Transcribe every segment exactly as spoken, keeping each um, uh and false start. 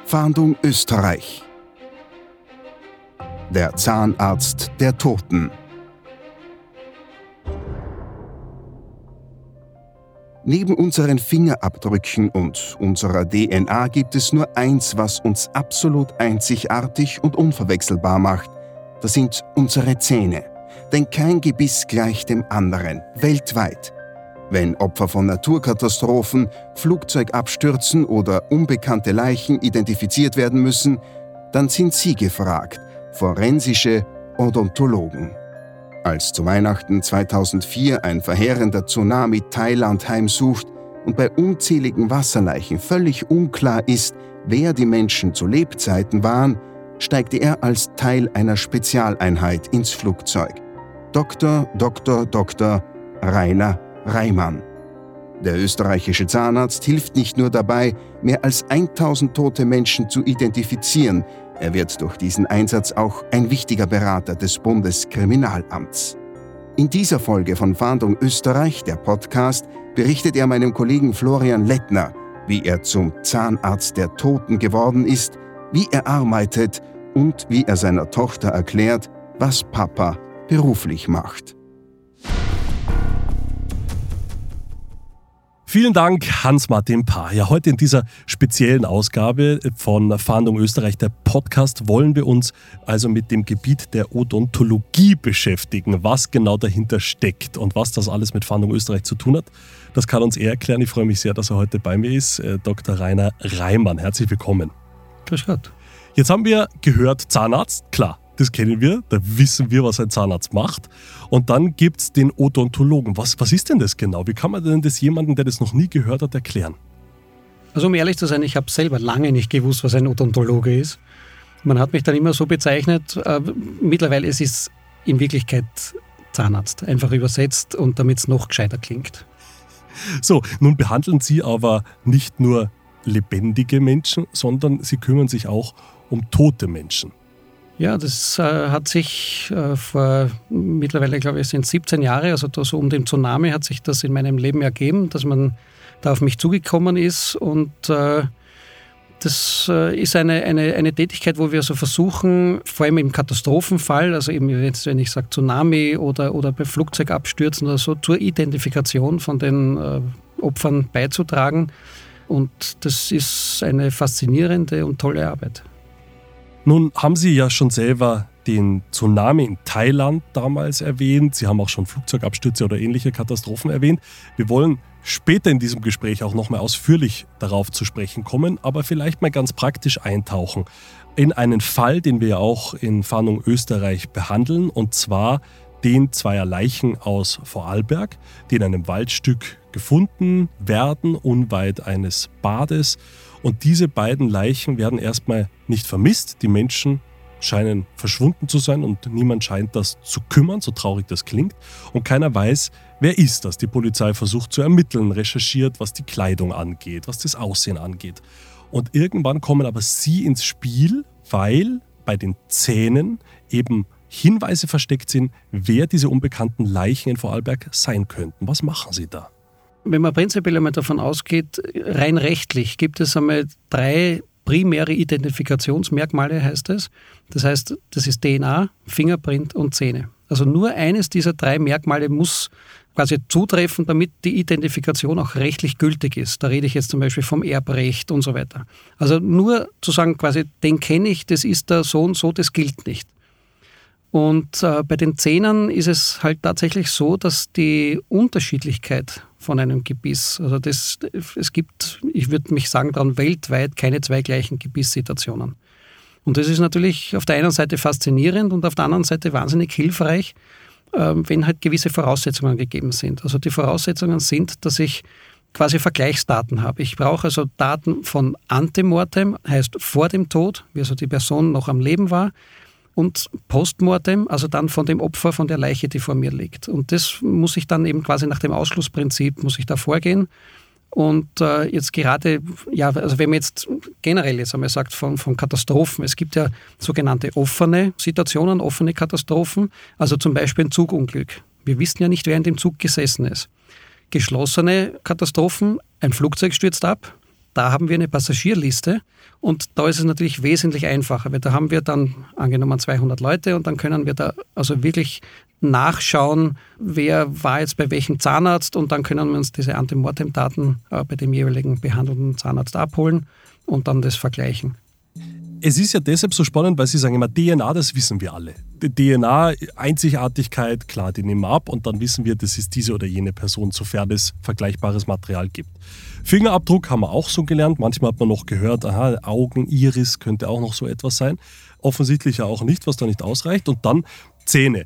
Fahndung Österreich. Der Zahnarzt der Toten. Neben unseren Fingerabdrücken und unserer D N A gibt es nur eins, was uns absolut einzigartig und unverwechselbar macht. Das sind unsere Zähne. Denn kein Gebiss gleicht dem anderen, weltweit. Wenn Opfer von Naturkatastrophen, Flugzeugabstürzen oder unbekannte Leichen identifiziert werden müssen, dann sind Sie gefragt, forensische Odontologen. Als zu Weihnachten zweitausendvier ein verheerender Tsunami Thailand heimsucht und bei unzähligen Wasserleichen völlig unklar ist, wer die Menschen zu Lebzeiten waren, steigte er als Teil einer Spezialeinheit ins Flugzeug. Doktor Doktor Doktor Rainer Reimann. Der österreichische Zahnarzt hilft nicht nur dabei, mehr als tausend tote Menschen zu identifizieren, er wird durch diesen Einsatz auch ein wichtiger Berater des Bundeskriminalamts. In dieser Folge von Fahndung Österreich, der Podcast, berichtet er meinem Kollegen Florian Lettner, wie er zum Zahnarzt der Toten geworden ist, wie er arbeitet und wie er seiner Tochter erklärt, was Papa beruflich macht. Vielen Dank, Hans-Martin Paar. Ja, heute in dieser speziellen Ausgabe von Fahndung Österreich, der Podcast, wollen wir uns also mit dem Gebiet der Odontologie beschäftigen, was genau dahinter steckt und was das alles mit Fahndung Österreich zu tun hat. Das kann uns er erklären. Ich freue mich sehr, dass er heute bei mir ist, Doktor Rainer Reimann. Herzlich willkommen. Grüß Gott. Jetzt haben wir gehört, Zahnarzt, klar. Das kennen wir, da wissen wir, was ein Zahnarzt macht. Und dann gibt es den Odontologen. Was, was ist denn das genau? Wie kann man denn das jemandem, der das noch nie gehört hat, erklären? Also um ehrlich zu sein, ich habe selber lange nicht gewusst, was ein Odontologe ist. Man hat mich dann immer so bezeichnet. Äh, mittlerweile ist es in Wirklichkeit Zahnarzt, einfach übersetzt und damit es noch gescheiter klingt. So, nun behandeln Sie aber nicht nur lebendige Menschen, sondern Sie kümmern sich auch um tote Menschen. Ja, das äh, hat sich äh, vor mittlerweile, glaube ich, sind siebzehn Jahre, also da so um den Tsunami hat sich das in meinem Leben ergeben, dass man da auf mich zugekommen ist und äh, das äh, ist eine, eine, eine Tätigkeit, wo wir so versuchen, vor allem im Katastrophenfall, also eben jetzt, wenn ich sage Tsunami oder, oder bei Flugzeugabstürzen oder so, zur Identifikation von den äh, Opfern beizutragen und das ist eine faszinierende und tolle Arbeit. Nun haben Sie ja schon selber den Tsunami in Thailand damals erwähnt. Sie haben auch schon Flugzeugabstürze oder ähnliche Katastrophen erwähnt. Wir wollen später in diesem Gespräch auch nochmal ausführlich darauf zu sprechen kommen, aber vielleicht mal ganz praktisch eintauchen in einen Fall, den wir ja auch in Fahndung Österreich behandeln, und zwar den zweier Leichen aus Vorarlberg, die in einem Waldstück gefunden werden, unweit eines Bades. Und diese beiden Leichen werden erstmal nicht vermisst. Die Menschen scheinen verschwunden zu sein und niemand scheint das zu kümmern, so traurig das klingt. Und keiner weiß, wer ist das. Die Polizei versucht zu ermitteln, recherchiert, was die Kleidung angeht, was das Aussehen angeht. Und irgendwann kommen aber sie ins Spiel, weil bei den Zähnen eben Hinweise versteckt sind, wer diese unbekannten Leichen in Vorarlberg sein könnten. Was machen Sie da? Wenn man prinzipiell einmal davon ausgeht, rein rechtlich gibt es einmal drei primäre Identifikationsmerkmale, heißt es. Das heißt, das ist D N A, Fingerprint und Zähne. Also nur eines dieser drei Merkmale muss quasi zutreffen, damit die Identifikation auch rechtlich gültig ist. Da rede ich jetzt zum Beispiel vom Erbrecht und so weiter. Also nur zu sagen, quasi, den kenne ich, das ist da so und so, das gilt nicht. Und äh, bei den Zähnen ist es halt tatsächlich so, dass die Unterschiedlichkeit von einem Gebiss, also das, es gibt, ich würde mich sagen, dann weltweit keine zwei gleichen Gebisssituationen. Und das ist natürlich auf der einen Seite faszinierend und auf der anderen Seite wahnsinnig hilfreich, äh, wenn halt gewisse Voraussetzungen gegeben sind. Also die Voraussetzungen sind, dass ich quasi Vergleichsdaten habe. Ich brauche also Daten von Antemortem, heißt vor dem Tod, wie also die Person noch am Leben war, und Postmortem, also dann von dem Opfer, von der Leiche, die vor mir liegt. Und das muss ich dann eben quasi nach dem Ausschlussprinzip, muss ich da vorgehen. Und äh, jetzt gerade, ja, also wenn man jetzt generell jetzt einmal sagt von, von Katastrophen, es gibt ja sogenannte offene Situationen, offene Katastrophen, also zum Beispiel ein Zugunglück. Wir wissen ja nicht, wer in dem Zug gesessen ist. Geschlossene Katastrophen, ein Flugzeug stürzt ab, da haben wir eine Passagierliste und da ist es natürlich wesentlich einfacher, weil da haben wir dann angenommen zweihundert Leute und dann können wir da also wirklich nachschauen, wer war jetzt bei welchem Zahnarzt und dann können wir uns diese Antemortem-Daten äh, bei dem jeweiligen behandelnden Zahnarzt abholen und dann das vergleichen. Es ist ja deshalb so spannend, weil Sie sagen immer, D N A, das wissen wir alle. Die D N A, Einzigartigkeit, klar, die nehmen wir ab und dann wissen wir, das ist diese oder jene Person, sofern es vergleichbares Material gibt. Fingerabdruck haben wir auch so gelernt. Manchmal hat man noch gehört, aha, Augen, Iris könnte auch noch so etwas sein. Offensichtlich ja auch nicht, was da nicht ausreicht. Und dann Zähne.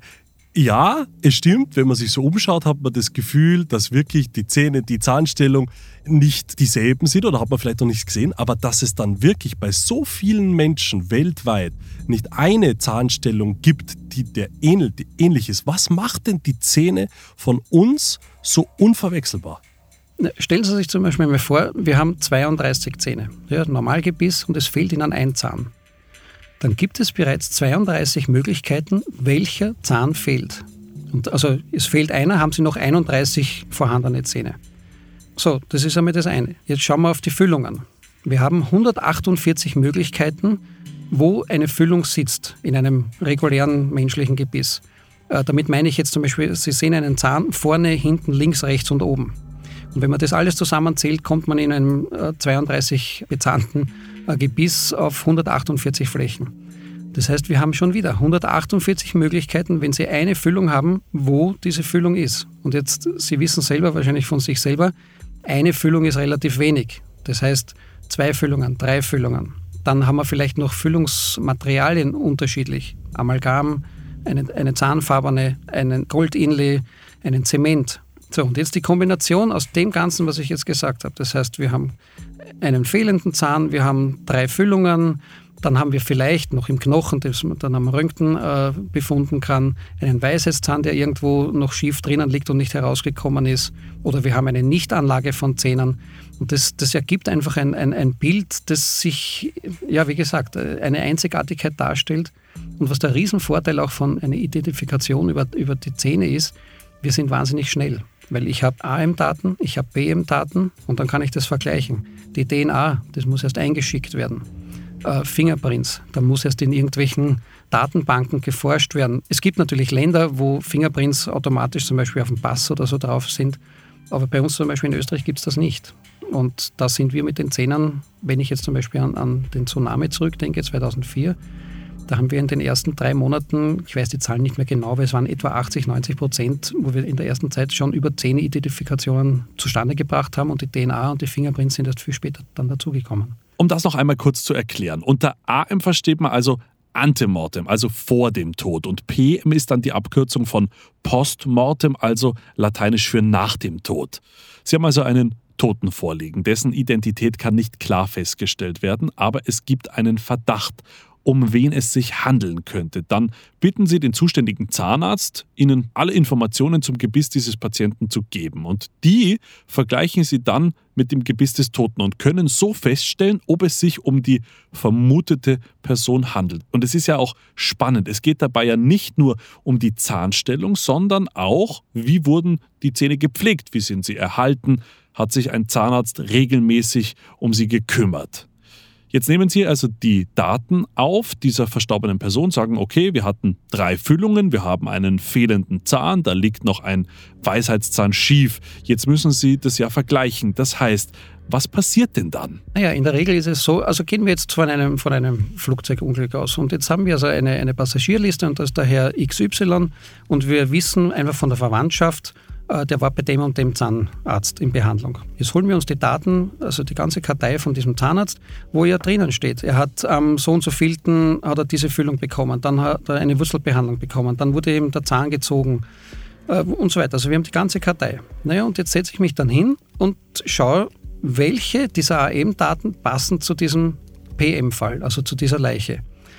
Ja, es stimmt, wenn man sich so umschaut, hat man das Gefühl, dass wirklich die Zähne, die Zahnstellung nicht dieselben sind oder hat man vielleicht noch nicht gesehen, aber dass es dann wirklich bei so vielen Menschen weltweit nicht eine Zahnstellung gibt, die der ähnelt, die ähnlich ist. Was macht denn die Zähne von uns so unverwechselbar? Stellen Sie sich zum Beispiel mal vor, wir haben zweiunddreißig Zähne, ja, Normalgebiss und es fehlt Ihnen ein Zahn. Dann gibt es bereits zweiunddreißig Möglichkeiten, welcher Zahn fehlt. Und also es fehlt einer, haben Sie noch einunddreißig vorhandene Zähne. So, das ist einmal das eine. Jetzt schauen wir auf die Füllungen. Wir haben hundertachtundvierzig Möglichkeiten, wo eine Füllung sitzt in einem regulären menschlichen Gebiss. Äh, damit meine ich jetzt zum Beispiel, Sie sehen einen Zahn vorne, hinten, links, rechts und oben. Und wenn man das alles zusammenzählt, kommt man in einem äh, zweiunddreißig bezahnten äh, Gebiss auf hundertachtundvierzig Flächen. Das heißt, wir haben schon wieder hundertachtundvierzig Möglichkeiten, wenn Sie eine Füllung haben, wo diese Füllung ist. Und jetzt, Sie wissen selber, wahrscheinlich von sich selber, eine Füllung ist relativ wenig. Das heißt, zwei Füllungen, drei Füllungen. Dann haben wir vielleicht noch Füllungsmaterialien unterschiedlich. Amalgam, eine, eine zahnfarbene, einen Gold-Inlay, einen Zement. So, und jetzt die Kombination aus dem Ganzen, was ich jetzt gesagt habe. Das heißt, wir haben einen fehlenden Zahn, wir haben drei Füllungen, dann haben wir vielleicht noch im Knochen, das man dann am Röntgen äh, befunden kann, einen Weisheitszahn, der irgendwo noch schief drinnen liegt und nicht herausgekommen ist. Oder wir haben eine Nichtanlage von Zähnen. Und das, das ergibt einfach ein, ein, ein Bild, das sich, ja wie gesagt, eine Einzigartigkeit darstellt. Und was der Riesenvorteil auch von einer Identifikation über, über die Zähne ist, wir sind wahnsinnig schnell. Weil ich habe A M-Daten, ich habe B M-Daten und dann kann ich das vergleichen. Die D N A, das muss erst eingeschickt werden. Äh, Fingerprints, da muss erst in irgendwelchen Datenbanken geforscht werden. Es gibt natürlich Länder, wo Fingerprints automatisch zum Beispiel auf dem Pass oder so drauf sind, aber bei uns zum Beispiel in Österreich gibt es das nicht. Und da sind wir mit den Zähnen, wenn ich jetzt zum Beispiel an, an den Tsunami zurückdenke, zweitausendvier, da haben wir in den ersten drei Monaten, ich weiß die Zahlen nicht mehr genau, weil es waren etwa achtzig, neunzig Prozent, wo wir in der ersten Zeit schon über zehn Identifikationen zustande gebracht haben und die D N A und die Fingerprints sind erst viel später dann dazugekommen. Um das noch einmal kurz zu erklären. Unter A M versteht man also Antemortem, also vor dem Tod. Und P M ist dann die Abkürzung von Postmortem, also lateinisch für nach dem Tod. Sie haben also einen Toten vorliegen. Dessen Identität kann nicht klar festgestellt werden, aber es gibt einen Verdacht, um wen es sich handeln könnte. Dann bitten Sie den zuständigen Zahnarzt, Ihnen alle Informationen zum Gebiss dieses Patienten zu geben. Und die vergleichen Sie dann mit dem Gebiss des Toten und können so feststellen, ob es sich um die vermutete Person handelt. Und es ist ja auch spannend. Es geht dabei ja nicht nur um die Zahnstellung, sondern auch, wie wurden die Zähne gepflegt? Wie sind sie erhalten? Hat sich ein Zahnarzt regelmäßig um sie gekümmert? Jetzt nehmen Sie also die Daten auf dieser verstorbenen Person, sagen, okay, wir hatten drei Füllungen, wir haben einen fehlenden Zahn, da liegt noch ein Weisheitszahn schief. Jetzt müssen Sie das ja vergleichen. Das heißt, was passiert denn dann? Naja, in der Regel ist es so, also gehen wir jetzt von einem, von einem Flugzeugunglück aus und jetzt haben wir also eine, eine Passagierliste und da ist der Herr X Y und wir wissen einfach von der Verwandtschaft, der war bei dem und dem Zahnarzt in Behandlung. Jetzt holen wir uns die Daten, also die ganze Kartei von diesem Zahnarzt, wo ja drinnen steht. Er hat am so und so vielten hat er diese Füllung bekommen, dann hat er eine Wurzelbehandlung bekommen, dann wurde eben der Zahn gezogen äh, und so weiter. Also wir haben die ganze Kartei. Naja, und jetzt setze ich mich dann hin und schaue, welche dieser A M-Daten passen zu diesem P M-Fall, also zu dieser Leiche.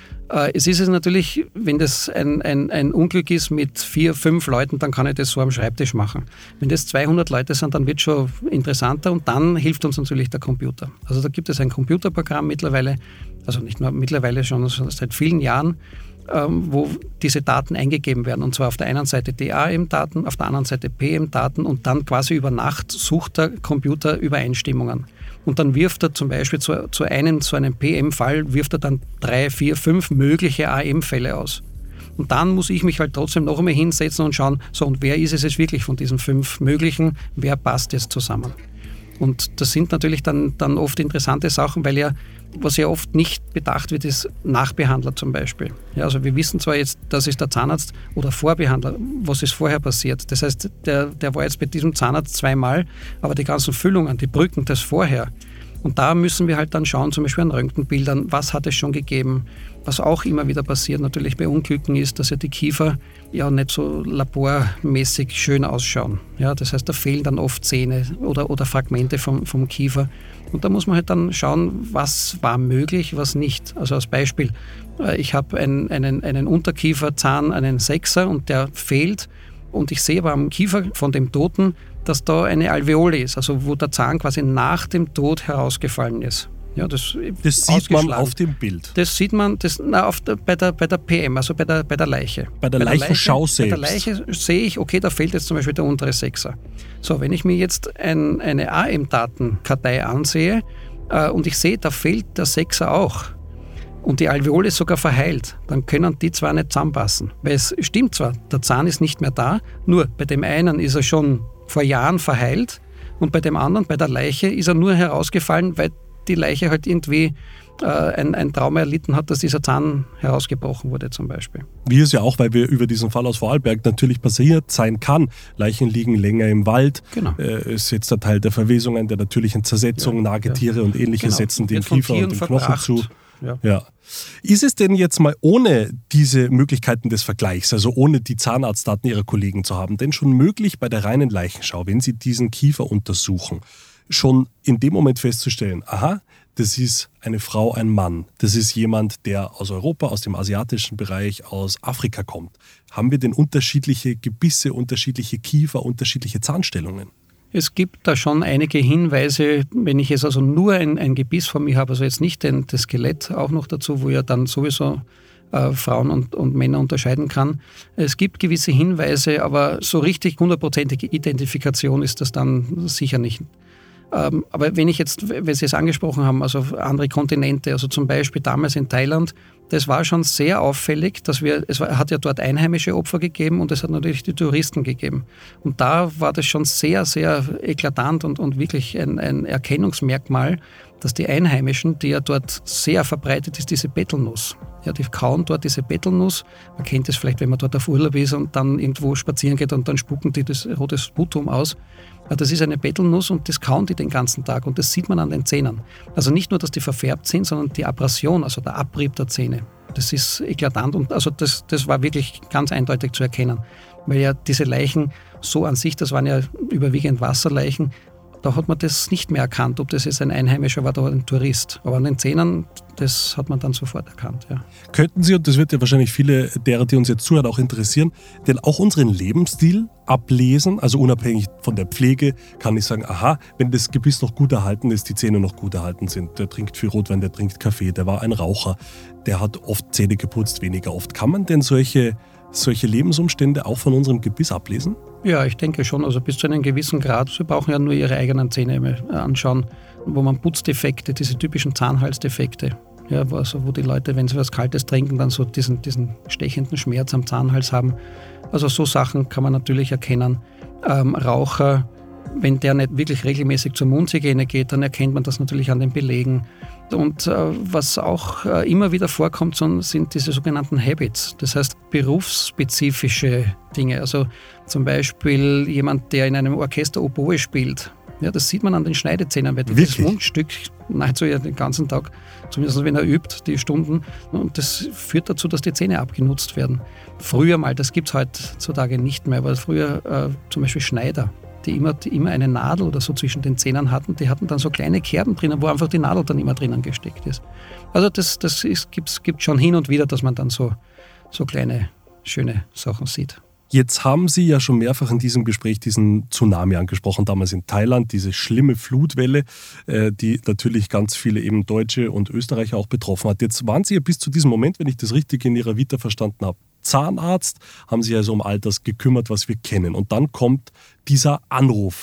Es ist es natürlich, wenn das ein, ein, ein Unglück ist mit vier, fünf Leuten, dann kann ich das so am Schreibtisch machen. Wenn das zweihundert Leute sind, dann wird es schon interessanter und dann hilft uns natürlich der Computer. Also da gibt es ein Computerprogramm mittlerweile, also nicht nur mittlerweile, schon seit vielen Jahren, wo diese Daten eingegeben werden. Und zwar auf der einen Seite die A M-Daten, auf der anderen Seite P M-Daten und dann quasi über Nacht sucht der Computer Übereinstimmungen. Und dann wirft er zum Beispiel zu, zu einem, so einem P M-Fall, wirft er dann drei, vier, fünf mögliche A M-Fälle aus. Und dann muss ich mich halt trotzdem noch einmal hinsetzen und schauen, so und wer ist es jetzt wirklich von diesen fünf möglichen, wer passt jetzt zusammen? Und das sind natürlich dann, dann oft interessante Sachen, weil ja, was ja oft nicht bedacht wird, ist Nachbehandler zum Beispiel. Ja, also wir wissen zwar jetzt, das ist der Zahnarzt oder Vorbehandler, was ist vorher passiert. Das heißt, der, der war jetzt bei diesem Zahnarzt zweimal, aber die ganzen Füllungen, die Brücken, das vorher. Und da müssen wir halt dann schauen, zum Beispiel an Röntgenbildern, was hat es schon gegeben. Was auch immer wieder passiert, natürlich bei Unglücken, ist, dass ja die Kiefer ja nicht so labormäßig schön ausschauen. Ja, das heißt, da fehlen dann oft Zähne oder, oder Fragmente vom, vom Kiefer. Und da muss man halt dann schauen, was war möglich, was nicht. Also als Beispiel, ich habe einen, einen, einen Unterkieferzahn, einen Sechser und der fehlt. Und ich sehe aber am Kiefer von dem Toten, dass da eine Alveole ist, also wo der Zahn quasi nach dem Tod herausgefallen ist. Ja, das das sieht man auf dem Bild. Das sieht man das, na, auf der, bei, der, bei der P M, also bei der, bei der Leiche. Bei der Leichenschau selbst. Bei der Leiche sehe ich, okay, da fehlt jetzt zum Beispiel der untere Sechser. So, wenn ich mir jetzt ein, eine A M-Datenkartei ansehe äh, und ich sehe, da fehlt der Sechser auch und die Alveole ist sogar verheilt, dann können die zwar nicht zusammenpassen. Weil es stimmt zwar, der Zahn ist nicht mehr da, nur bei dem einen ist er schon vor Jahren verheilt und bei dem anderen, bei der Leiche, ist er nur herausgefallen, weil die Leiche halt irgendwie äh, ein, ein Trauma erlitten hat, dass dieser Zahn herausgebrochen wurde zum Beispiel. Wie es ja auch, weil wir über diesen Fall aus Vorarlberg natürlich passiert sein kann. Leichen liegen länger im Wald. Genau. Äh, ist jetzt der Teil der Verwesungen, der natürlichen Zersetzung. Ja, Nagetiere ja. und ähnliches genau. setzen den Kiefer und den Knochen zu. Ja. Ja. Ist es denn jetzt mal ohne diese Möglichkeiten des Vergleichs, also ohne die Zahnarztdaten Ihrer Kollegen zu haben, denn schon möglich bei der reinen Leichenschau, wenn Sie diesen Kiefer untersuchen, schon in dem Moment festzustellen, aha, das ist eine Frau, ein Mann, das ist jemand, der aus Europa, aus dem asiatischen Bereich, aus Afrika kommt. Haben wir denn unterschiedliche Gebisse, unterschiedliche Kiefer, unterschiedliche Zahnstellungen? Es gibt da schon einige Hinweise, wenn ich jetzt also nur ein, ein Gebiss von mir habe, also jetzt nicht den, das Skelett auch noch dazu, wo ja dann sowieso äh, Frauen und, und Männer unterscheiden kann. Es gibt gewisse Hinweise, aber so richtig hundertprozentige Identifikation ist das dann sicher nicht. Ähm, aber wenn ich jetzt, wenn Sie es angesprochen haben, also andere Kontinente, also zum Beispiel damals in Thailand, das war schon sehr auffällig, dass wir, es hat ja dort einheimische Opfer gegeben und es hat natürlich die Touristen gegeben. Und da war das schon sehr, sehr eklatant und, und wirklich ein, ein Erkennungsmerkmal, dass die Einheimischen, die ja dort sehr verbreitet ist, diese Betelnuss, ja, die kauen dort diese Betelnuss. Man kennt das vielleicht, wenn man dort auf Urlaub ist und dann irgendwo spazieren geht und dann spucken die das rote Sputum aus. Das ist eine Betelnuss und das kauen die den ganzen Tag und das sieht man an den Zähnen. Also nicht nur, dass die verfärbt sind, sondern die Abrasion, also der Abrieb der Zähne. Das ist eklatant und also das, das war wirklich ganz eindeutig zu erkennen. Weil ja diese Leichen so an sich, das waren ja überwiegend Wasserleichen, da hat man das nicht mehr erkannt, ob das jetzt ein Einheimischer war oder ein Tourist. Aber an den Zähnen, das hat man dann sofort erkannt. Ja. Könnten Sie, und das wird ja wahrscheinlich viele derer, die uns jetzt zuhören, auch interessieren, denn auch unseren Lebensstil ablesen? Also unabhängig von der Pflege kann ich sagen, aha, wenn das Gebiss noch gut erhalten ist, die Zähne noch gut erhalten sind, der trinkt viel Rotwein, der trinkt Kaffee, der war ein Raucher, der hat oft Zähne geputzt, weniger oft. Kann man denn solche, solche Lebensumstände auch von unserem Gebiss ablesen? Ja, ich denke schon. Also bis zu einem gewissen Grad. Sie brauchen ja nur Ihre eigenen Zähne anschauen, wo man Putzdefekte, diese typischen Zahnhalsdefekte, ja, also wo die Leute, wenn sie was Kaltes trinken, dann so diesen, diesen stechenden Schmerz am Zahnhals haben. Also so Sachen kann man natürlich erkennen. Ähm, Raucher, wenn der nicht wirklich regelmäßig zur Mundhygiene geht, dann erkennt man das natürlich an den Belegen. Und äh, was auch äh, immer wieder vorkommt, sind diese sogenannten Habits, das heißt berufsspezifische Dinge. Also zum Beispiel jemand, der in einem Orchester Oboe spielt. Ja, das sieht man an den Schneidezähnen, weil dieses Mundstück nahezu ja den ganzen Tag, zumindest wenn er übt, die Stunden, und das führt dazu, dass die Zähne abgenutzt werden. Früher mal, das gibt es heutzutage nicht mehr, aber früher äh, zum Beispiel Schneider, die immer, die immer eine Nadel oder so zwischen den Zähnen hatten, die hatten dann so kleine Kerben drinnen, wo einfach die Nadel dann immer drinnen gesteckt ist. Also das, das gibt es schon hin und wieder, dass man dann so, so kleine, schöne Sachen sieht. Jetzt haben Sie ja schon mehrfach in diesem Gespräch diesen Tsunami angesprochen, damals in Thailand, diese schlimme Flutwelle, die natürlich ganz viele eben Deutsche und Österreicher auch betroffen hat. Jetzt waren Sie ja bis zu diesem Moment, wenn ich das richtig in Ihrer Vita verstanden habe, Zahnarzt, haben sich also um all das gekümmert, was wir kennen. Und dann kommt dieser Anruf,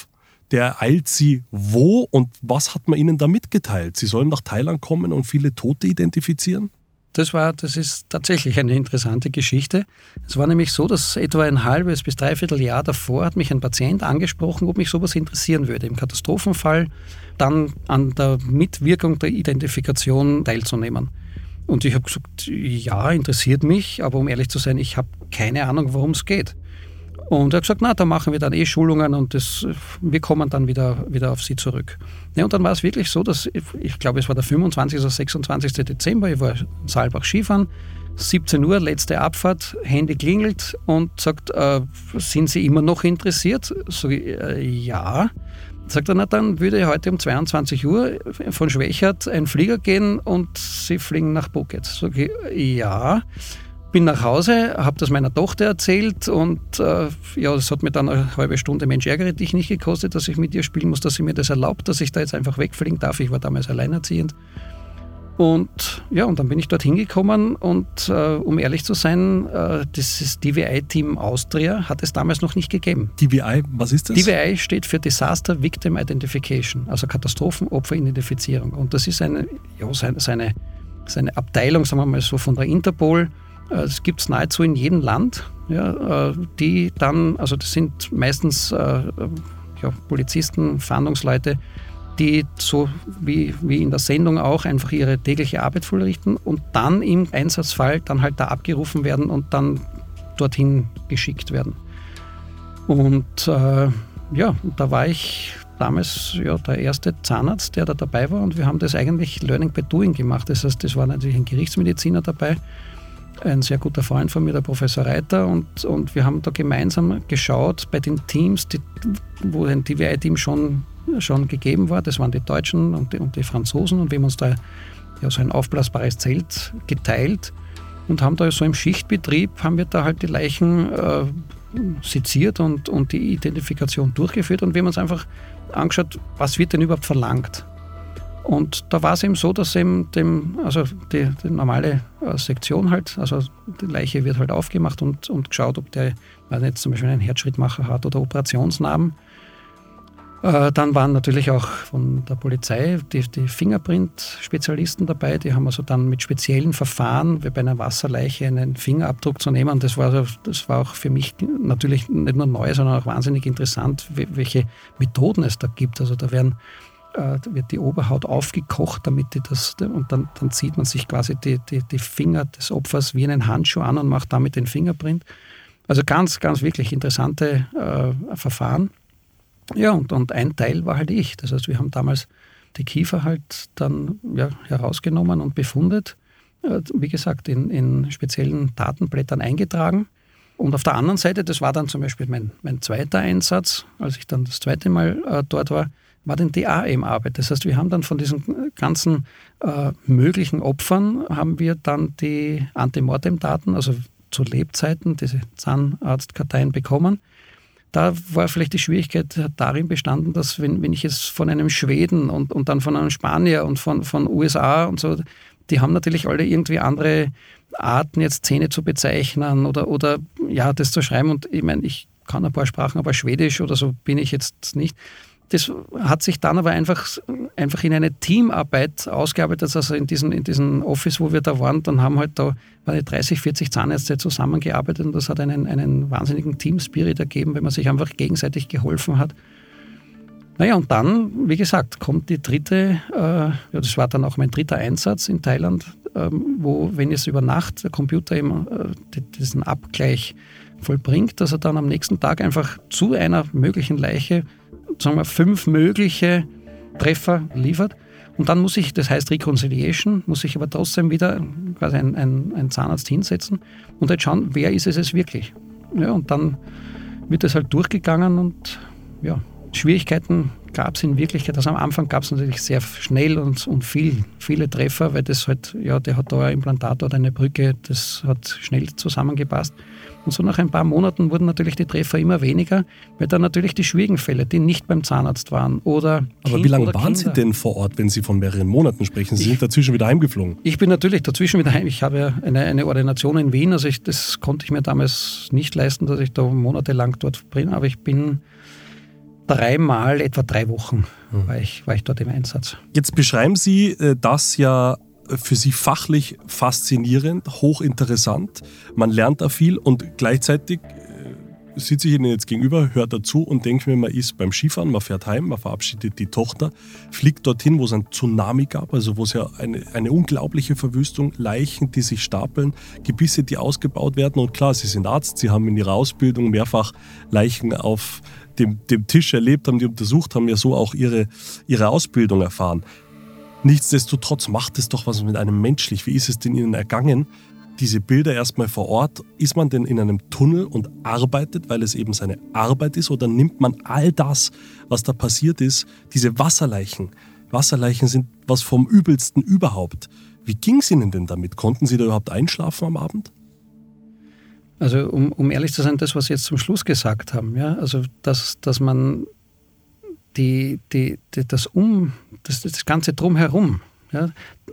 der eilt Sie wo und was hat man Ihnen da mitgeteilt? Sie sollen nach Thailand kommen und viele Tote identifizieren? Das war, das ist tatsächlich eine interessante Geschichte. Es war nämlich so, dass etwa ein halbes bis dreiviertel Jahr davor hat mich ein Patient angesprochen, ob mich sowas interessieren würde, im Katastrophenfall dann an der Mitwirkung der Identifikation teilzunehmen. Und ich habe gesagt, ja, interessiert mich, aber um ehrlich zu sein, ich habe keine Ahnung, worum es geht. Und er hat gesagt, na, da machen wir dann eh Schulungen und das, wir kommen dann wieder, wieder auf Sie zurück. Ja, und dann war es wirklich so, dass, ich, ich glaube, es war der fünfundzwanzigsten oder sechsundzwanzigsten Dezember, ich war in Saalbach Skifahren, siebzehn Uhr, letzte Abfahrt, Handy klingelt und sagt, äh, sind Sie immer noch interessiert? Sag ich, äh, ja. Sagt er, na dann würde heute um zweiundzwanzig Uhr von Schwächert ein Flieger gehen und Sie fliegen nach Phuket. Sag ich, ja. Bin nach Hause, habe das meiner Tochter erzählt und äh, ja, das hat mir dann eine halbe Stunde Mensch ärgere dich nicht gekostet, dass ich mit ihr spielen muss, dass sie mir das erlaubt, dass ich da jetzt einfach wegfliegen darf. Ich war damals alleinerziehend. Und ja, und dann bin ich dort hingekommen und äh, um ehrlich zu sein, äh, dieses D V I-Team Austria hat es damals noch nicht gegeben. D V I, was ist das? D V I steht für Disaster Victim Identification, also Katastrophenopferidentifizierung. Und das ist eine, ja, seine, seine, seine Abteilung, sagen wir mal so, von der Interpol. Es gibt es nahezu in jedem Land, ja, die dann, also das sind meistens äh, ja, Polizisten, Fahndungsleute, die so wie, wie in der Sendung auch einfach ihre tägliche Arbeit vollrichten und dann im Einsatzfall dann halt da abgerufen werden und dann dorthin geschickt werden. Und äh, ja, da war ich damals ja, der erste Zahnarzt, der da dabei war und wir haben das eigentlich Learning by Doing gemacht. Das heißt, das war natürlich ein Gerichtsmediziner dabei, ein sehr guter Freund von mir, der Professor Reiter, und, und wir haben da gemeinsam geschaut bei den Teams, die, wo ein D V I-Team schon, schon gegeben war. Das waren die Deutschen und die, und die Franzosen und wir haben uns da ja, so ein aufblasbares Zelt geteilt und haben da so im Schichtbetrieb, haben wir da halt die Leichen äh, seziert und, und die Identifikation durchgeführt und wir haben uns einfach angeschaut, was wird denn überhaupt verlangt. Und da war es eben so, dass eben dem, also die, die normale äh, Sektion halt, also die Leiche wird halt aufgemacht und, und geschaut, ob der, weiß nicht, zum Beispiel einen Herzschrittmacher hat oder Operationsnarben. Äh, dann waren natürlich auch von der Polizei die, die Fingerprint-Spezialisten dabei, die haben also dann mit speziellen Verfahren, wie bei einer Wasserleiche, einen Fingerabdruck zu nehmen. Das war, das war auch für mich natürlich nicht nur neu, sondern auch wahnsinnig interessant, welche Methoden es da gibt. Also da werden Da wird die Oberhaut aufgekocht, damit die das, und dann, dann zieht man sich quasi die, die, die Finger des Opfers wie einen Handschuh an und macht damit den Fingerprint. Also ganz, ganz wirklich interessante äh, Verfahren. Ja, und, und ein Teil war halt ich. Das heißt, wir haben damals die Kiefer halt dann ja, herausgenommen und befundet, äh, wie gesagt, in, in speziellen Datenblättern eingetragen. Und auf der anderen Seite, das war dann zum Beispiel mein, mein zweiter Einsatz, als ich dann das zweite Mal äh, dort war, war dann D A M-Arbeit. Das heißt, wir haben dann von diesen ganzen äh, möglichen Opfern, haben wir dann die Antemortem-Daten, also zu Lebzeiten, diese Zahnarztkarteien bekommen. Da war vielleicht die Schwierigkeit darin bestanden, dass wenn, wenn ich jetzt von einem Schweden und, und dann von einem Spanier und von, von U S A und so, die haben natürlich alle irgendwie andere Arten, jetzt Zähne zu bezeichnen oder, oder ja, das zu schreiben. Und ich meine, ich kann ein paar Sprachen, aber Schwedisch oder so bin ich jetzt nicht. Das hat sich dann aber einfach, einfach in eine Teamarbeit ausgearbeitet. Also in diesem in diesen Office, wo wir da waren, dann haben halt da dreißig, vierzig Zahnärzte zusammengearbeitet und das hat einen, einen wahnsinnigen Team-Spirit ergeben, weil man sich einfach gegenseitig geholfen hat. Naja, und dann, wie gesagt, kommt die dritte, äh, ja, das war dann auch mein dritter Einsatz in Thailand, ähm, wo, wenn es über Nacht der Computer eben äh, diesen Abgleich vollbringt, dass er dann am nächsten Tag einfach zu einer möglichen Leiche, sagen wir, fünf mögliche Treffer liefert. Und dann muss ich, das heißt Reconciliation, muss ich aber trotzdem wieder quasi ein, ein, ein Zahnarzt hinsetzen und halt schauen, wer ist es es wirklich. Ja, und dann wird das halt durchgegangen und ja, Schwierigkeiten gab es in Wirklichkeit. Also am Anfang gab es natürlich sehr schnell und, und viel, viele Treffer, weil das halt, ja, der hat da ein Implantat oder eine Brücke, das hat schnell zusammengepasst. Und so nach ein paar Monaten wurden natürlich die Treffer immer weniger, weil dann natürlich die schwierigen Fälle, die nicht beim Zahnarzt waren oder Aber kind wie lange oder waren Kinder. Sie denn vor Ort, wenn Sie von mehreren Monaten sprechen? Sie ich, sind dazwischen wieder heimgeflogen. Ich bin natürlich dazwischen wieder heim. Ich habe ja eine, eine Ordination in Wien, also ich, das konnte ich mir damals nicht leisten, dass ich da monatelang dort bin, aber ich bin dreimal, etwa drei Wochen mhm. war, ich, war ich dort im Einsatz. Jetzt beschreiben Sie das ja für Sie fachlich faszinierend, hochinteressant. Man lernt da viel und gleichzeitig äh, sitze ich Ihnen jetzt gegenüber, hört dazu und denke mir, man ist beim Skifahren, man fährt heim, man verabschiedet die Tochter, fliegt dorthin, wo es ein Tsunami gab, also wo es ja eine, eine unglaubliche Verwüstung, Leichen, die sich stapeln, Gebisse, die ausgebaut werden. Und klar, Sie sind Arzt, Sie haben in Ihrer Ausbildung mehrfach Leichen auf dem, dem Tisch erlebt, haben die untersucht, haben ja so auch ihre, ihre Ausbildung erfahren. Nichtsdestotrotz macht es doch was mit einem menschlich. Wie ist es denn Ihnen ergangen? Diese Bilder erstmal vor Ort. Ist man denn in einem Tunnel und arbeitet, weil es eben seine Arbeit ist? Oder nimmt man all das, was da passiert ist, diese Wasserleichen? Wasserleichen sind was vom Übelsten überhaupt. Wie ging es Ihnen denn damit? Konnten Sie da überhaupt einschlafen am Abend? Also um, um ehrlich zu sein, das, was Sie jetzt zum Schluss gesagt haben, ja, also dass, dass man Die, die, die, das, um, das, das Ganze drumherum, ja,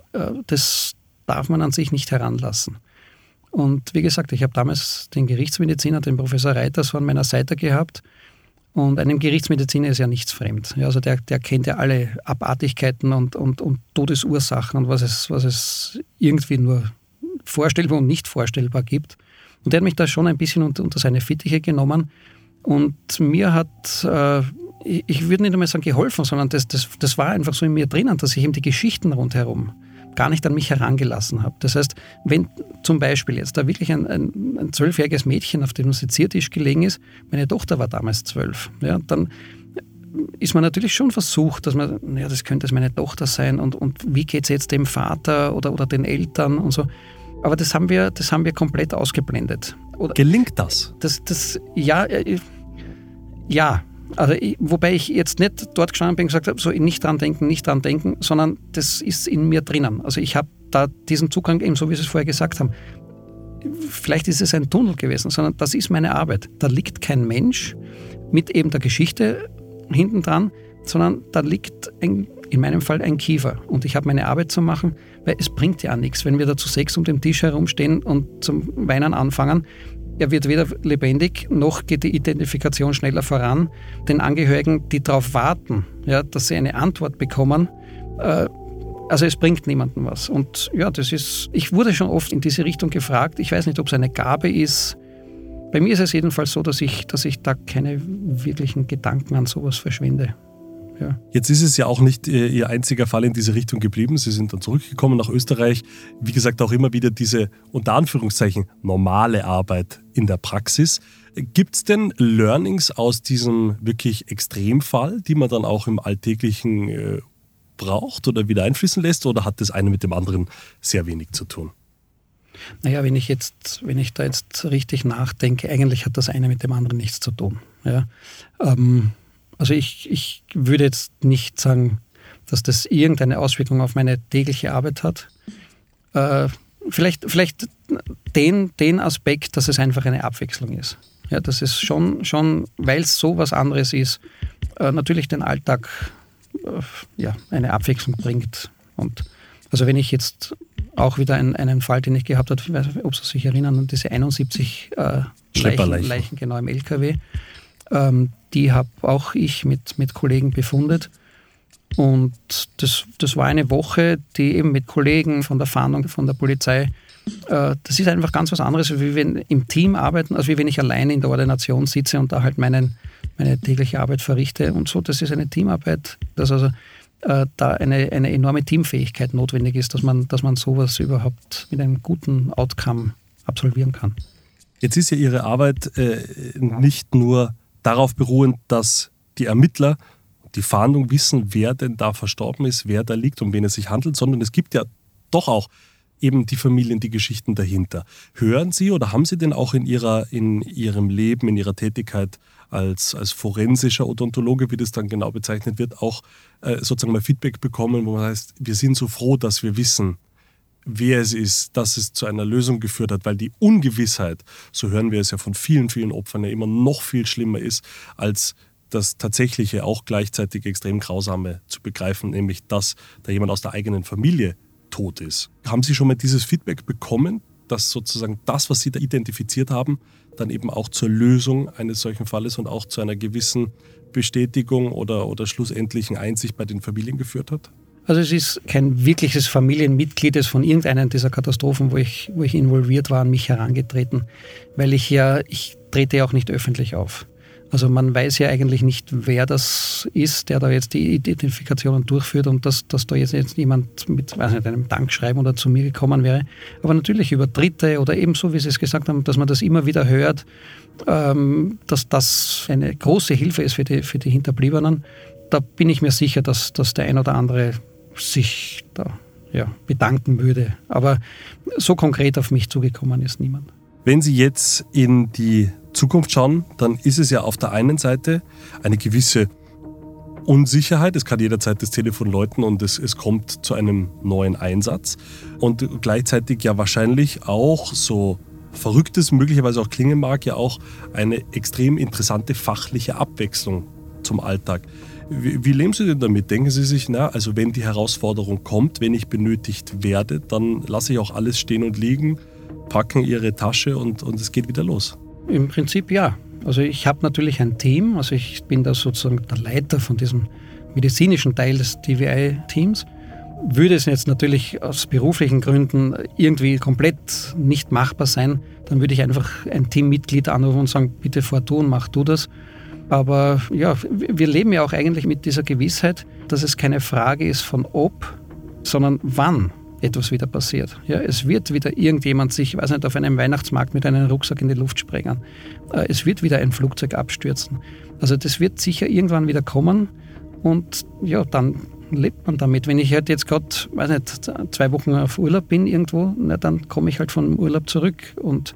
das darf man an sich nicht heranlassen. Und wie gesagt, ich habe damals den Gerichtsmediziner, den Professor Reiters, an meiner Seite gehabt. Und einem Gerichtsmediziner ist ja nichts fremd. Ja, also der, der kennt ja alle Abartigkeiten und, und, und Todesursachen und was es, was es irgendwie nur vorstellbar und nicht vorstellbar gibt. Und der hat mich da schon ein bisschen unter, unter seine Fittiche genommen. Und mir hat... Äh, ich würde nicht einmal sagen geholfen, sondern das, das, das war einfach so in mir drinnen, dass ich eben die Geschichten rundherum gar nicht an mich herangelassen habe. Das heißt, wenn zum Beispiel jetzt da wirklich ein, ein, ein zwölfjähriges Mädchen auf dem Seziertisch gelegen ist, meine Tochter war damals zwölf, ja, dann ist man natürlich schon versucht, dass man, ja, das könnte es meine Tochter sein und, und wie geht es jetzt dem Vater oder, oder den Eltern und so. Aber das haben wir, das haben wir komplett ausgeblendet. Oder, gelingt das? Das, das ja, äh, ja. Also ich, wobei ich jetzt nicht dort gestanden bin und gesagt habe, so nicht dran denken, nicht dran denken, sondern das ist in mir drinnen. Also ich habe da diesen Zugang, eben so wie Sie es vorher gesagt haben. Vielleicht ist es ein Tunnel gewesen, sondern das ist meine Arbeit. Da liegt kein Mensch mit eben der Geschichte hinten dran, sondern da liegt ein, in meinem Fall ein Kiefer. Und ich habe meine Arbeit zu machen, weil es bringt ja nichts, wenn wir da zu sechs um den Tisch herumstehen und zum Weinen anfangen. Er wird weder lebendig, noch geht die Identifikation schneller voran. Den Angehörigen, die darauf warten, ja, dass sie eine Antwort bekommen, äh, also es bringt niemandem was. Und ja, das ist, ich wurde schon oft in diese Richtung gefragt. Ich weiß nicht, ob es eine Gabe ist. Bei mir ist es jedenfalls so, dass ich, dass ich da keine wirklichen Gedanken an sowas verschwende. Ja. Jetzt ist es ja auch nicht äh, Ihr einziger Fall in diese Richtung geblieben. Sie sind dann zurückgekommen nach Österreich. Wie gesagt, auch immer wieder diese, unter Anführungszeichen, normale Arbeit in der Praxis. Gibt es denn Learnings aus diesem wirklich Extremfall, die man dann auch im Alltäglichen äh, braucht oder wieder einfließen lässt? Oder hat das eine mit dem anderen sehr wenig zu tun? Naja, wenn ich jetzt, wenn ich da jetzt richtig nachdenke, eigentlich hat das eine mit dem anderen nichts zu tun. Ja. Ähm, Also ich, ich würde jetzt nicht sagen, dass das irgendeine Auswirkung auf meine tägliche Arbeit hat. Äh, vielleicht vielleicht den, den Aspekt, dass es einfach eine Abwechslung ist. Ja, dass es schon, schon weil es so was anderes ist, äh, natürlich den Alltag äh, ja, eine Abwechslung bringt. Und also wenn ich jetzt auch wieder einen, einen Fall, den ich gehabt habe, ich weiß nicht, ob Sie sich erinnern, an diese einundsiebzig äh, Leichen, Leichen genau im L K W, ähm, die habe auch ich mit, mit Kollegen befundet. Und das, das war eine Woche, die eben mit Kollegen von der Fahndung, von der Polizei, äh, das ist einfach ganz was anderes, wie wenn im Team arbeiten, als wie wenn ich alleine in der Ordination sitze und da halt meinen, meine tägliche Arbeit verrichte und so. Das ist eine Teamarbeit, dass also äh, da eine, eine enorme Teamfähigkeit notwendig ist, dass man, dass man sowas überhaupt mit einem guten Outcome absolvieren kann. Jetzt ist ja Ihre Arbeit äh, nicht nur darauf beruhend, dass die Ermittler, die Fahndung wissen, wer denn da verstorben ist, wer da liegt, um wen es sich handelt, sondern es gibt ja doch auch eben die Familien, die Geschichten dahinter. Hören Sie oder haben Sie denn auch in, ihrer, in Ihrem Leben, in Ihrer Tätigkeit als, als forensischer Odontologe, wie das dann genau bezeichnet wird, auch äh, sozusagen mal Feedback bekommen, wo man heißt, wir sind so froh, dass wir wissen, wer es ist, dass es zu einer Lösung geführt hat, weil die Ungewissheit, so hören wir es ja von vielen, vielen Opfern, ja immer noch viel schlimmer ist, als das tatsächliche, auch gleichzeitig extrem grausame zu begreifen, nämlich dass da jemand aus der eigenen Familie tot ist. Haben Sie schon mal dieses Feedback bekommen, dass sozusagen das, was Sie da identifiziert haben, dann eben auch zur Lösung eines solchen Falles und auch zu einer gewissen Bestätigung oder, oder schlussendlichen Einsicht bei den Familien geführt hat? Also es ist kein wirkliches Familienmitglied, das von irgendeiner dieser Katastrophen, wo ich, wo ich involviert war, an mich herangetreten, weil ich ja, ich trete ja auch nicht öffentlich auf. Also man weiß ja eigentlich nicht, wer das ist, der da jetzt die Identifikationen durchführt und dass, dass da jetzt, jetzt jemand mit weiß nicht, einem Dankschreiben oder zu mir gekommen wäre. Aber natürlich über Dritte oder ebenso, wie Sie es gesagt haben, dass man das immer wieder hört, ähm, dass das eine große Hilfe ist für die, für die Hinterbliebenen. Da bin ich mir sicher, dass, dass der ein oder andere sich da ja, bedanken würde. Aber so konkret auf mich zugekommen ist niemand. Wenn Sie jetzt in die Zukunft schauen, dann ist es ja auf der einen Seite eine gewisse Unsicherheit. Es kann jederzeit das Telefon läuten und es, es kommt zu einem neuen Einsatz. Und gleichzeitig ja wahrscheinlich auch, so verrückt es möglicherweise auch klingen mag, ja auch eine extrem interessante fachliche Abwechslung zum Alltag. Wie, wie leben Sie denn damit? Denken Sie sich, na, also wenn die Herausforderung kommt, wenn ich benötigt werde, dann lasse ich auch alles stehen und liegen, packen Ihre Tasche und, und es geht wieder los? Im Prinzip ja. Also ich habe natürlich ein Team, also ich bin da sozusagen der Leiter von diesem medizinischen Teil des D W I-Teams. Würde es jetzt natürlich aus beruflichen Gründen irgendwie komplett nicht machbar sein, dann würde ich einfach ein Teammitglied anrufen und sagen, bitte fahr du und mach du das. Aber ja, wir leben ja auch eigentlich mit dieser Gewissheit, dass es keine Frage ist von ob, sondern wann etwas wieder passiert. Ja, es wird wieder irgendjemand sich, weiß nicht, auf einem Weihnachtsmarkt mit einem Rucksack in die Luft sprengen. Es wird wieder ein Flugzeug abstürzen. Also das wird sicher irgendwann wieder kommen und ja, dann lebt man damit. Wenn ich halt jetzt gerade, weiß nicht, zwei Wochen auf Urlaub bin irgendwo, na, dann komme ich halt vom Urlaub zurück und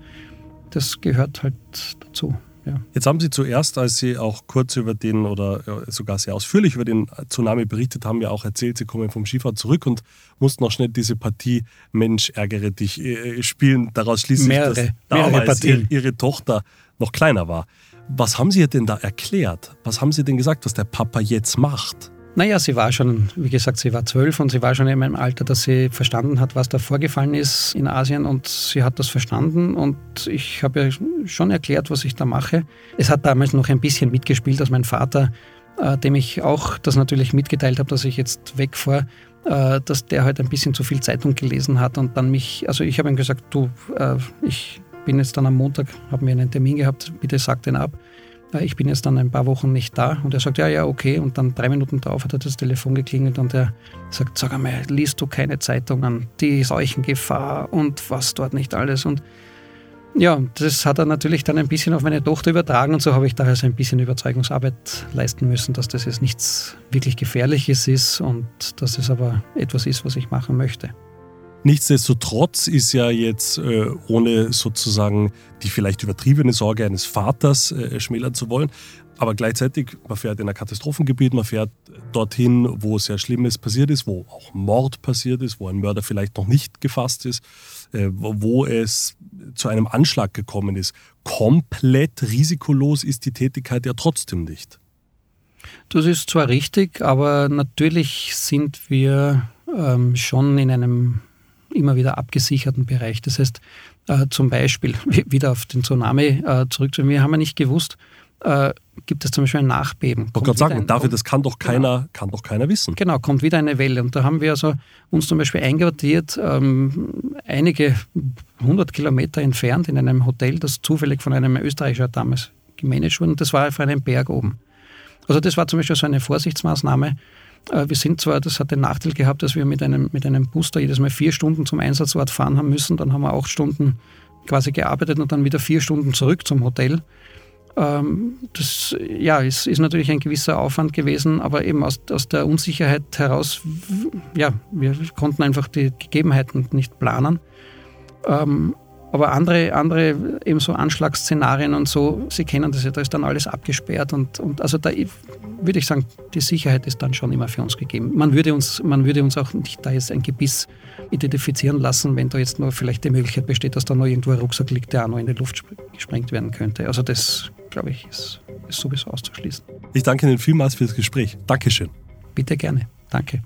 das gehört halt dazu. Ja. Jetzt haben Sie zuerst, als Sie auch kurz über den oder sogar sehr ausführlich über den Tsunami berichtet haben, ja auch erzählt, Sie kommen vom Skifahren zurück und mussten auch schnell diese Partie Mensch, ärgere dich spielen. Daraus schließe ich, dass damals ihre, ihre Tochter noch kleiner war. Was haben Sie ihr denn da erklärt? Was haben Sie denn gesagt, was der Papa jetzt macht? Naja, sie war schon, wie gesagt, sie war zwölf und sie war schon in einem Alter, dass sie verstanden hat, was da vorgefallen ist in Asien und sie hat das verstanden und ich habe ihr schon erklärt, was ich da mache. Es hat damals noch ein bisschen mitgespielt, dass mein Vater, äh, dem ich auch das natürlich mitgeteilt habe, dass ich jetzt wegfahre, äh, dass der halt ein bisschen zu viel Zeitung gelesen hat und dann mich, also ich habe ihm gesagt, du, äh, ich bin jetzt dann am Montag, haben wir einen Termin gehabt, bitte sag den ab. Ich bin jetzt dann ein paar Wochen nicht da. Und er sagt, ja, ja, okay. Und dann drei Minuten drauf hat er das Telefon geklingelt und er sagt, sag einmal, liest du keine Zeitungen, die Seuchengefahr und was dort nicht alles. Und ja, das hat er natürlich dann ein bisschen auf meine Tochter übertragen und so habe ich da also ein bisschen Überzeugungsarbeit leisten müssen, dass das jetzt nichts wirklich Gefährliches ist und dass es aber etwas ist, was ich machen möchte. Nichtsdestotrotz ist ja jetzt, äh, ohne sozusagen die vielleicht übertriebene Sorge eines Vaters äh, schmälern zu wollen, aber gleichzeitig, man fährt in ein Katastrophengebiet, man fährt dorthin, wo sehr Schlimmes passiert ist, wo auch Mord passiert ist, wo ein Mörder vielleicht noch nicht gefasst ist, äh, wo es zu einem Anschlag gekommen ist. Komplett risikolos ist die Tätigkeit ja trotzdem nicht. Das ist zwar richtig, aber natürlich sind wir ähm, schon in einem immer wieder abgesicherten Bereich. Das heißt, äh, zum Beispiel, wieder auf den Tsunami äh, zurückzukommen, wir haben ja nicht gewusst, äh, gibt es zum Beispiel ein Nachbeben. Ich wollte gerade sagen, ein, dafür, das kann doch, keiner, genau. kann doch keiner wissen. Genau, kommt wieder eine Welle. Und da haben wir also uns zum Beispiel einquartiert, ähm, einige hundert Kilometer entfernt in einem Hotel, das zufällig von einem Österreicher damals gemanagt wurde. Und das war auf einem Berg oben. Also das war zum Beispiel so eine Vorsichtsmaßnahme. Wir sind zwar, das hat den Nachteil gehabt, dass wir mit einem, mit einem Bus da jedes Mal vier Stunden zum Einsatzort fahren haben müssen. Dann haben wir acht Stunden quasi gearbeitet und dann wieder vier Stunden zurück zum Hotel. Das ja, ist, ist natürlich ein gewisser Aufwand gewesen, aber eben aus, aus der Unsicherheit heraus, ja, wir konnten einfach die Gegebenheiten nicht planen. Aber andere, andere eben so Anschlagsszenarien und so, Sie kennen das ja, da ist dann alles abgesperrt und, und also da würde ich sagen, die Sicherheit ist dann schon immer für uns gegeben. Man würde uns, man würde uns auch nicht da jetzt ein Gebiss identifizieren lassen, wenn da jetzt nur vielleicht die Möglichkeit besteht, dass da noch irgendwo ein Rucksack liegt, der auch noch in die Luft gesprengt werden könnte. Also das, glaube ich, ist, ist sowieso auszuschließen. Ich danke Ihnen vielmals für das Gespräch. Dankeschön. Bitte gerne. Danke.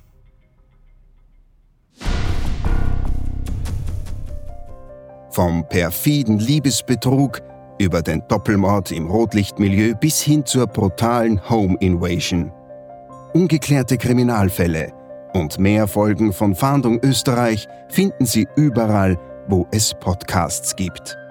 Vom perfiden Liebesbetrug über den Doppelmord im Rotlichtmilieu bis hin zur brutalen Home Invasion. Ungeklärte Kriminalfälle und mehr Folgen von Fahndung Österreich finden Sie überall, wo es Podcasts gibt.